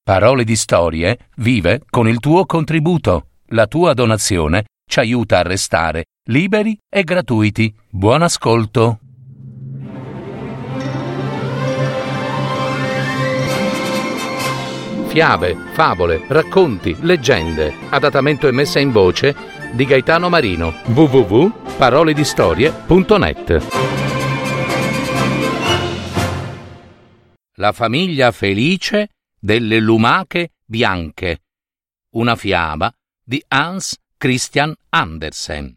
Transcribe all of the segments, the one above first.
Parole di Storie vive con il tuo contributo. La tua donazione ci aiuta a restare liberi e gratuiti. Buon ascolto. Fiabe, favole, racconti, leggende. Adattamento e messa in voce di Gaetano Marino. www.paroledistorie.net. La famiglia felice delle lumache bianche. Una fiaba di Hans Christian Andersen.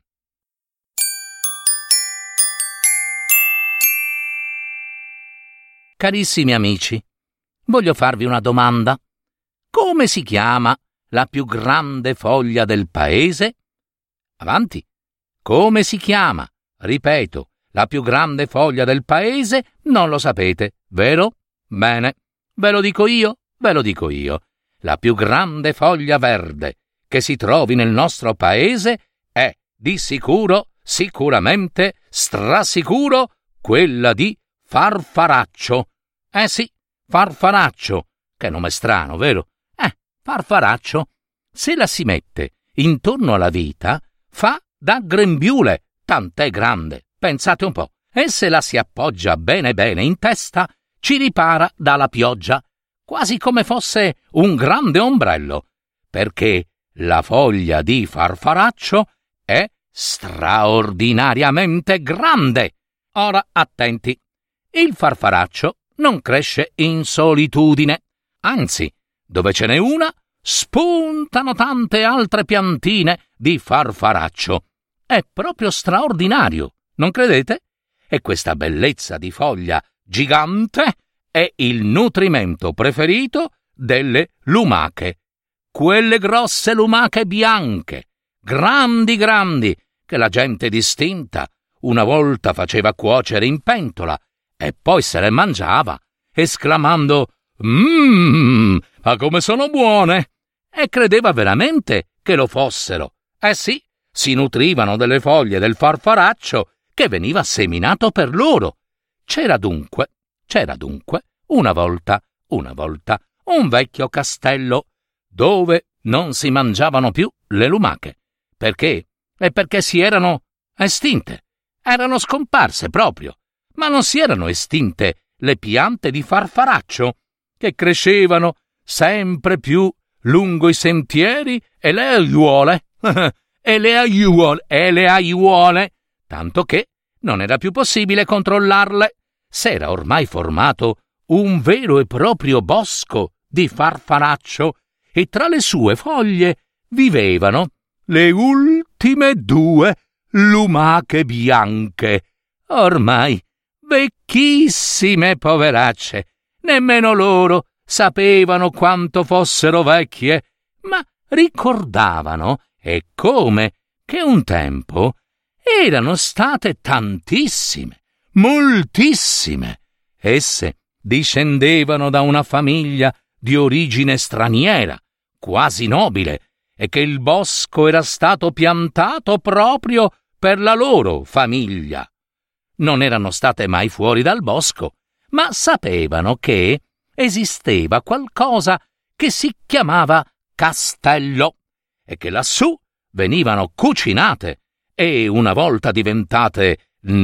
Carissimi amici, voglio farvi una domanda. Come si chiama la più grande foglia del paese? Avanti. Come si chiama? Ripeto, la più grande foglia del paese non lo sapete, vero? Bene, ve lo dico io. La più grande foglia verde che si trovi nel nostro paese è di sicuramente, strasicuro, quella di Farfaraccio. Sì, Farfaraccio. Che nome strano, vero? Farfaraccio. Se la si mette intorno alla vita, fa da grembiule, tant'è grande. Pensate un po'. E se la si appoggia bene in testa, ci ripara dalla pioggia, quasi come fosse un grande ombrello, perché la foglia di Farfaraccio è straordinariamente grande. Ora attenti, il farfaraccio non cresce in solitudine, anzi, dove ce n'è una, spuntano tante altre piantine di farfaraccio. È proprio straordinario, non credete? E questa bellezza di foglia gigante è il nutrimento preferito delle lumache. Quelle grosse lumache bianche, grandi, che la gente distinta una volta faceva cuocere in pentola e poi se le mangiava, esclamando ma come sono buone! E credeva veramente che lo fossero. Sì, si nutrivano delle foglie del farfaraccio che veniva seminato per loro. C'era dunque, una volta, un vecchio castello dove non si mangiavano più le lumache. Perché? Perché si erano estinte. Erano scomparse proprio. Ma non si erano estinte le piante di farfaraccio che crescevano sempre più lungo i sentieri e le aiuole, e le aiuole, tanto che non era più possibile controllarle. S'era ormai formato un vero e proprio bosco di farfaraccio e tra le sue foglie vivevano le ultime 2 lumache bianche, ormai vecchissime poveracce. Nemmeno loro sapevano quanto fossero vecchie, ma ricordavano, e come, che un tempo erano state tantissime, moltissime. Esse discendevano da una famiglia di origine straniera, quasi nobile, e che il bosco era stato piantato proprio per la loro famiglia. Non erano state mai fuori dal bosco, ma sapevano che esisteva qualcosa che si chiamava castello e che lassù venivano cucinate e, una volta diventate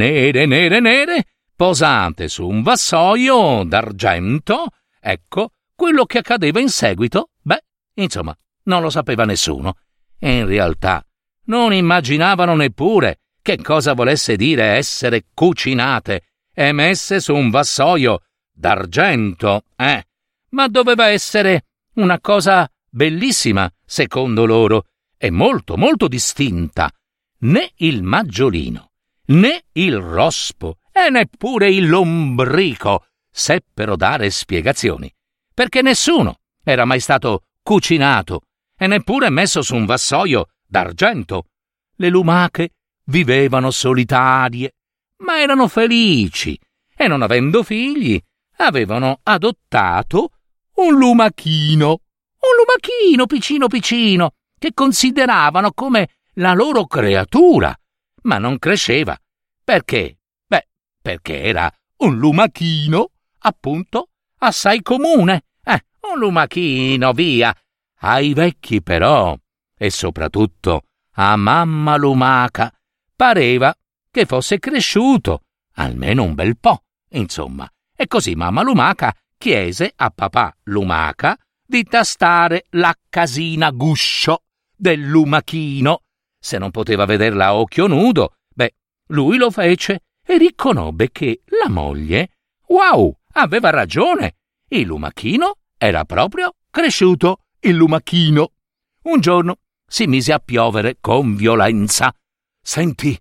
nere, posate su un vassoio d'argento. Ecco, quello che accadeva in seguito, insomma, non lo sapeva nessuno. E in realtà non immaginavano neppure che cosa volesse dire essere cucinate e messe su un vassoio d'argento, Ma doveva essere una cosa bellissima, secondo loro, e molto, molto distinta. Né il maggiolino, né il rospo e neppure il lombrico seppero dare spiegazioni, perché nessuno era mai stato cucinato e neppure messo su un vassoio d'argento. Le lumache vivevano solitarie, ma erano felici e, non avendo figli, avevano adottato un lumachino piccino, che consideravano come la loro creatura, ma non cresceva. Perché? Perché era un lumachino, appunto, assai comune, un lumachino, via. Ai vecchi però, e soprattutto a mamma lumaca, pareva che fosse cresciuto, almeno un bel po', insomma. E così mamma lumaca chiese a papà lumaca di tastare la casina guscio del lumachino. Se non poteva vederla a occhio nudo, lui lo fece e riconobbe che la moglie, wow, aveva ragione. Il lumachino era proprio cresciuto, il lumachino. Un giorno si mise a piovere con violenza. Senti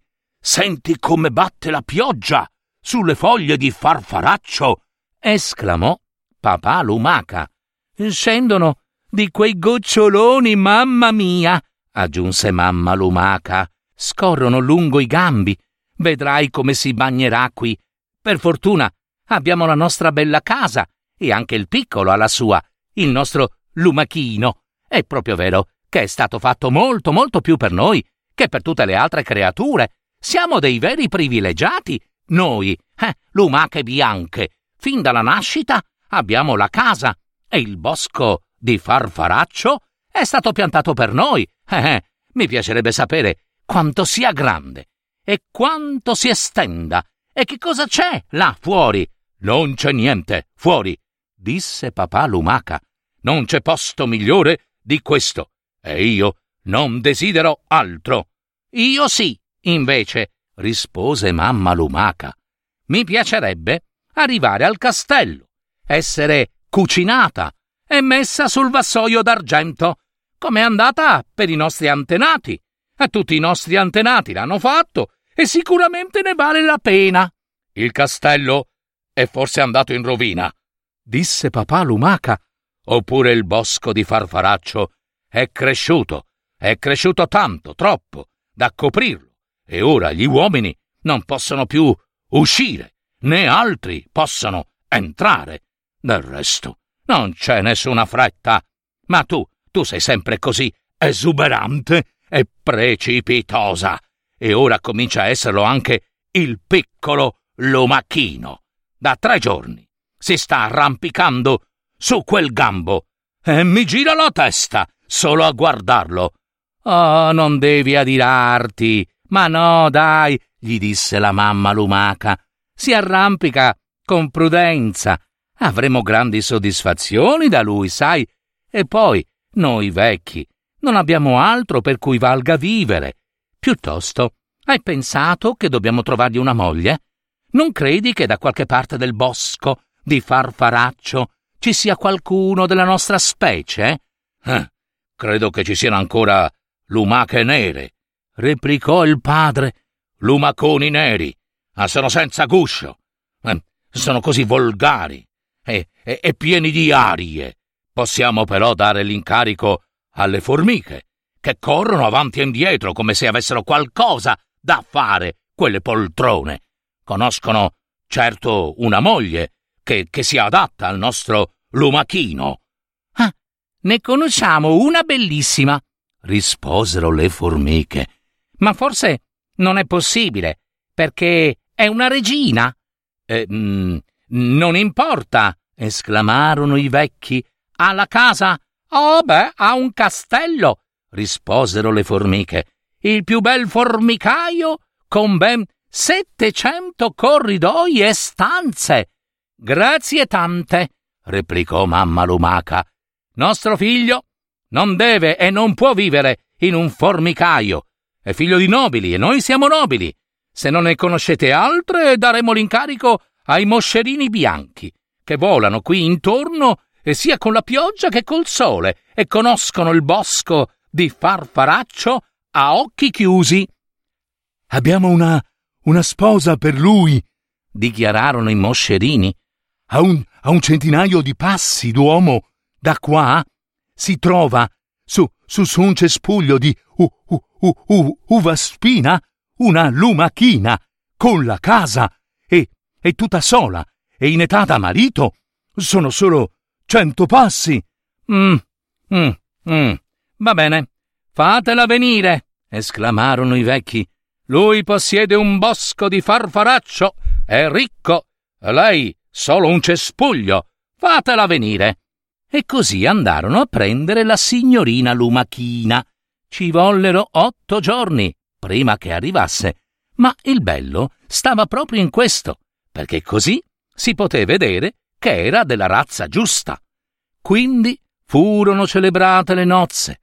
come batte la pioggia sulle foglie di farfaraccio, esclamò papà lumaca. Scendono di quei goccioloni, mamma mia, aggiunse mamma lumaca. Scorrono lungo i gambi. Vedrai come si bagnerà qui. Per fortuna abbiamo la nostra bella casa e anche il piccolo ha la sua, il nostro lumachino. È proprio vero che è stato fatto molto, molto più per noi che per tutte le altre creature. Siamo dei veri privilegiati, noi, lumache bianche. Fin dalla nascita abbiamo la casa e il bosco di farfaraccio è stato piantato per noi. Mi piacerebbe sapere quanto sia grande e quanto si estenda e che cosa c'è là fuori. Non c'è niente fuori, disse papà lumaca. Non c'è posto migliore di questo e io non desidero altro. Io sì, invece, rispose mamma lumaca. Mi piacerebbe arrivare al castello, essere cucinata e messa sul vassoio d'argento, come è andata per i nostri antenati. E tutti i nostri antenati l'hanno fatto e sicuramente ne vale la pena. Il castello è forse andato in rovina, disse papà lumaca. Oppure il bosco di farfaraccio è cresciuto tanto, troppo, da coprirlo, e ora gli uomini non possono più uscire, né altri possono entrare. Del resto, non c'è nessuna fretta. Ma tu sei sempre così esuberante e precipitosa, e ora comincia a esserlo anche il piccolo lumachino. Da 3 giorni si sta arrampicando su quel gambo e mi gira la testa solo a guardarlo. Oh, non devi adirarti. Ma no, dai, gli disse la mamma lumaca. Si arrampica con prudenza. Avremo grandi soddisfazioni da lui, sai? E poi, noi vecchi, non abbiamo altro per cui valga vivere. Piuttosto, hai pensato che dobbiamo trovargli una moglie? Non credi che da qualche parte del bosco di farfaraccio ci sia qualcuno della nostra specie? Credo che ci siano ancora lumache nere, replicò il padre. Lumaconi neri, ma sono senza guscio. Sono così volgari e pieni di arie. Possiamo però dare l'incarico alle formiche, che corrono avanti e indietro come se avessero qualcosa da fare, quelle poltrone. Conoscono certo una moglie che sia adatta al nostro lumachino. Ne conosciamo una bellissima, risposero le formiche. Ma forse non è possibile, perché è una regina. Non importa, esclamarono i vecchi. Ha la casa? Oh, ha un castello, risposero le formiche. Il più bel formicaio con ben 700 corridoi e stanze. Grazie tante, replicò mamma lumaca. Nostro figlio non deve e non può vivere in un formicaio. È figlio di nobili e noi siamo nobili. Se non ne conoscete altre, daremo l'incarico ai moscerini bianchi, che volano qui intorno e sia con la pioggia che col sole e conoscono il bosco di farfaraccio a occhi chiusi. Abbiamo una sposa per lui, dichiararono i moscerini. A un centinaio di passi d'uomo da qua si trova su un cespuglio di uva spina una lumachina con la casa e tutta sola e in età da marito. Sono solo 100 passi. Va bene, fatela venire, esclamarono i vecchi. Lui possiede un bosco di farfaraccio, è ricco, e lei solo un cespuglio. Fatela venire. e così andarono a prendere la signorina Lumachina. Ci vollero 8 giorni prima che arrivasse, ma il bello stava proprio in questo, perché così si poté vedere che era della razza giusta. Quindi furono celebrate le nozze.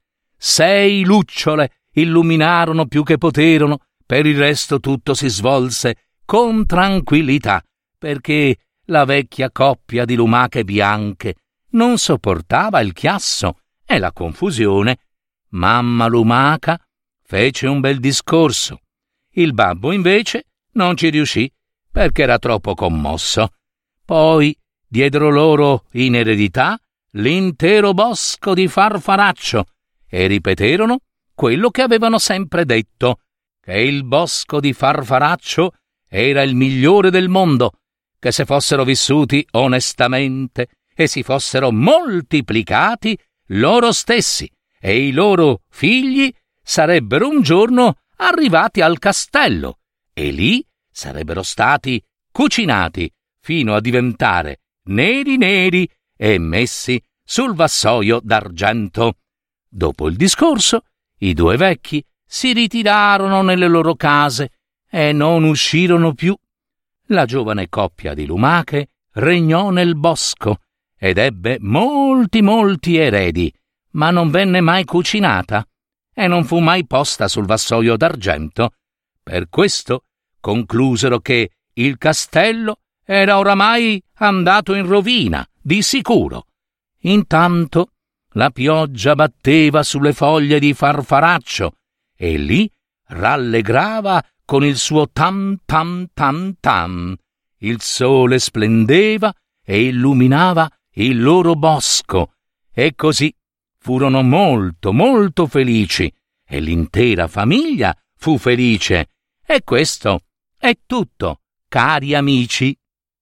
6 lucciole illuminarono più che poterono, per il resto tutto si svolse con tranquillità, perché la vecchia coppia di lumache bianche non sopportava il chiasso e la confusione. Mamma lumaca fece un bel discorso. Il babbo invece non ci riuscì perché era troppo commosso. Poi diedero loro in eredità l'intero bosco di Farfaraccio e ripeterono quello che avevano sempre detto, che il bosco di Farfaraccio era il migliore del mondo, che se fossero vissuti onestamente e si fossero moltiplicati loro stessi e i loro figli sarebbero un giorno arrivati al castello e lì sarebbero stati cucinati fino a diventare neri neri e messi sul vassoio d'argento. Dopo il discorso, i 2 vecchi si ritirarono nelle loro case e non uscirono più. La giovane coppia di lumache regnò nel bosco ed ebbe molti eredi, ma non venne mai cucinata e non fu mai posta sul vassoio d'argento. Per questo conclusero che il castello era oramai andato in rovina, di sicuro. Intanto la pioggia batteva sulle foglie di Farfaraccio e lì rallegrava con il suo tam tam tam tam. Il sole splendeva e illuminava il loro bosco e così furono molto felici e l'intera famiglia fu felice. E questo è tutto, cari amici.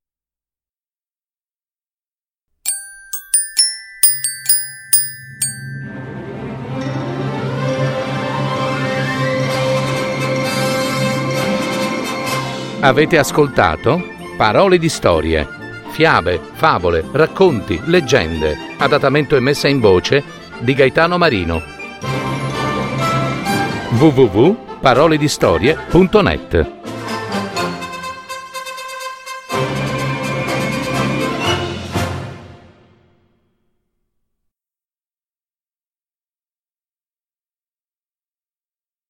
Avete ascoltato Parole di storie, fiabe, favole, racconti, leggende, adattamento e messa in voce di Gaetano Marino. www.paroledistorie.net